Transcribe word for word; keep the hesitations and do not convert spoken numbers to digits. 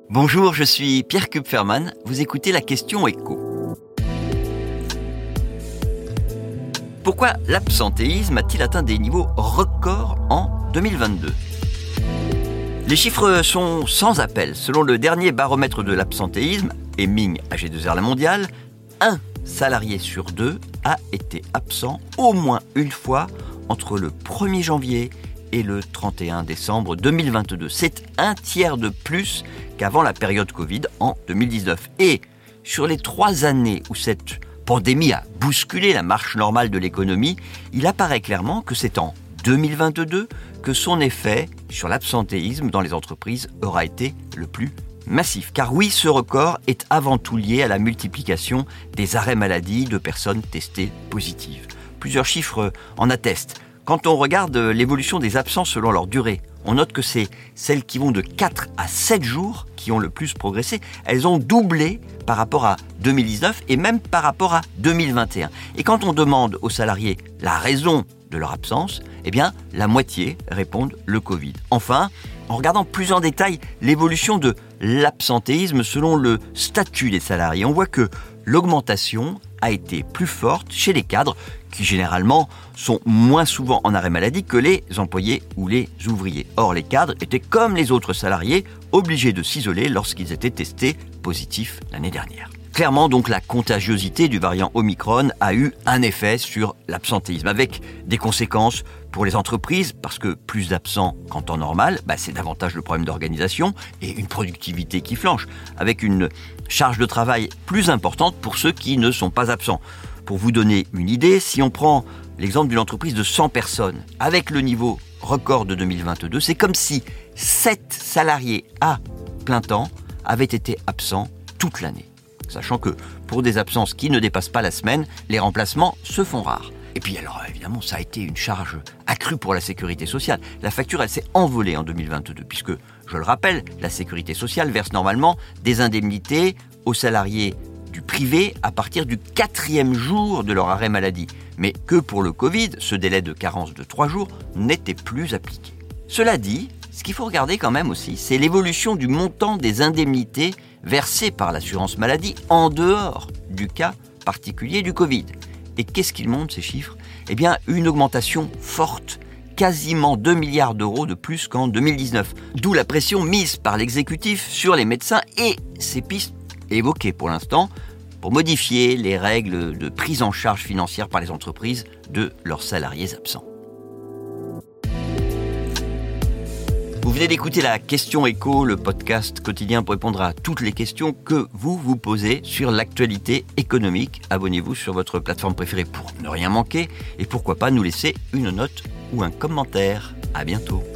Bonjour, je suis Pierre Kupferman, vous écoutez la question écho. Pourquoi l'absentéisme a-t-il atteint des niveaux records en deux mille vingt-deux ? Les chiffres sont sans appel. Selon le dernier baromètre de l'absentéisme, Hemming A G deux R La Mondiale, un salarié sur deux a été absent au moins une fois entre le premier janvier et le trente et un décembre deux mille vingt-deux. C'est un tiers de plus qu'avant la période Covid en deux mille dix-neuf. Et sur les trois années où cette pandémie a bousculé la marche normale de l'économie, il apparaît clairement que c'est en deux mille vingt-deux que son effet sur l'absentéisme dans les entreprises aura été le plus massif. Car oui, ce record est avant tout lié à la multiplication des arrêts maladie de personnes testées positives. Plusieurs chiffres en attestent. Quand on regarde l'évolution des absences selon leur durée, on note que c'est celles qui vont de quatre à sept jours qui ont le plus progressé. Elles ont doublé par rapport à deux mille dix-neuf et même par rapport à deux mille vingt et un. Et quand on demande aux salariés la raison de leur absence, eh bien, la moitié répondent le Covid. Enfin, en regardant plus en détail l'évolution de l'absentéisme selon le statut des salariés, on voit que l'augmentation a été plus forte chez les cadres qui généralement sont moins souvent en arrêt maladie que les employés ou les ouvriers. Or, les cadres étaient comme les autres salariés obligés de s'isoler lorsqu'ils étaient testés positifs l'année dernière. Clairement, donc, la contagiosité du variant Omicron a eu un effet sur l'absentéisme, avec des conséquences pour les entreprises, parce que plus d'absents qu'en temps normal, bah, c'est davantage le problème d'organisation et une productivité qui flanche, avec une charge de travail plus importante pour ceux qui ne sont pas absents. Pour vous donner une idée, si on prend l'exemple d'une entreprise de cent personnes, avec le niveau record de deux mille vingt-deux, c'est comme si sept salariés à plein temps avaient été absents toute l'année. Sachant que pour des absences qui ne dépassent pas la semaine, les remplacements se font rares. Et puis alors évidemment, ça a été une charge accrue pour la sécurité sociale. La facture, elle s'est envolée en deux mille vingt-deux, puisque, je le rappelle, la sécurité sociale verse normalement des indemnités aux salariés du privé à partir du quatrième jour de leur arrêt maladie. Mais que pour le Covid, ce délai de carence de trois jours n'était plus appliqué. Cela dit, ce qu'il faut regarder quand même aussi, c'est l'évolution du montant des indemnités versées par l'assurance maladie en dehors du cas particulier du Covid. Et qu'est-ce qu'ils montrent ces chiffres ? Eh bien, une augmentation forte, quasiment deux milliards d'euros de plus qu'en deux mille dix-neuf. D'où la pression mise par l'exécutif sur les médecins et ces pistes évoquées pour l'instant pour modifier les règles de prise en charge financière par les entreprises de leurs salariés absents. Vous venez d'écouter la Question Écho, le podcast quotidien pour répondre à toutes les questions que vous vous posez sur l'actualité économique. Abonnez-vous sur votre plateforme préférée pour ne rien manquer et pourquoi pas nous laisser une note ou un commentaire. À bientôt.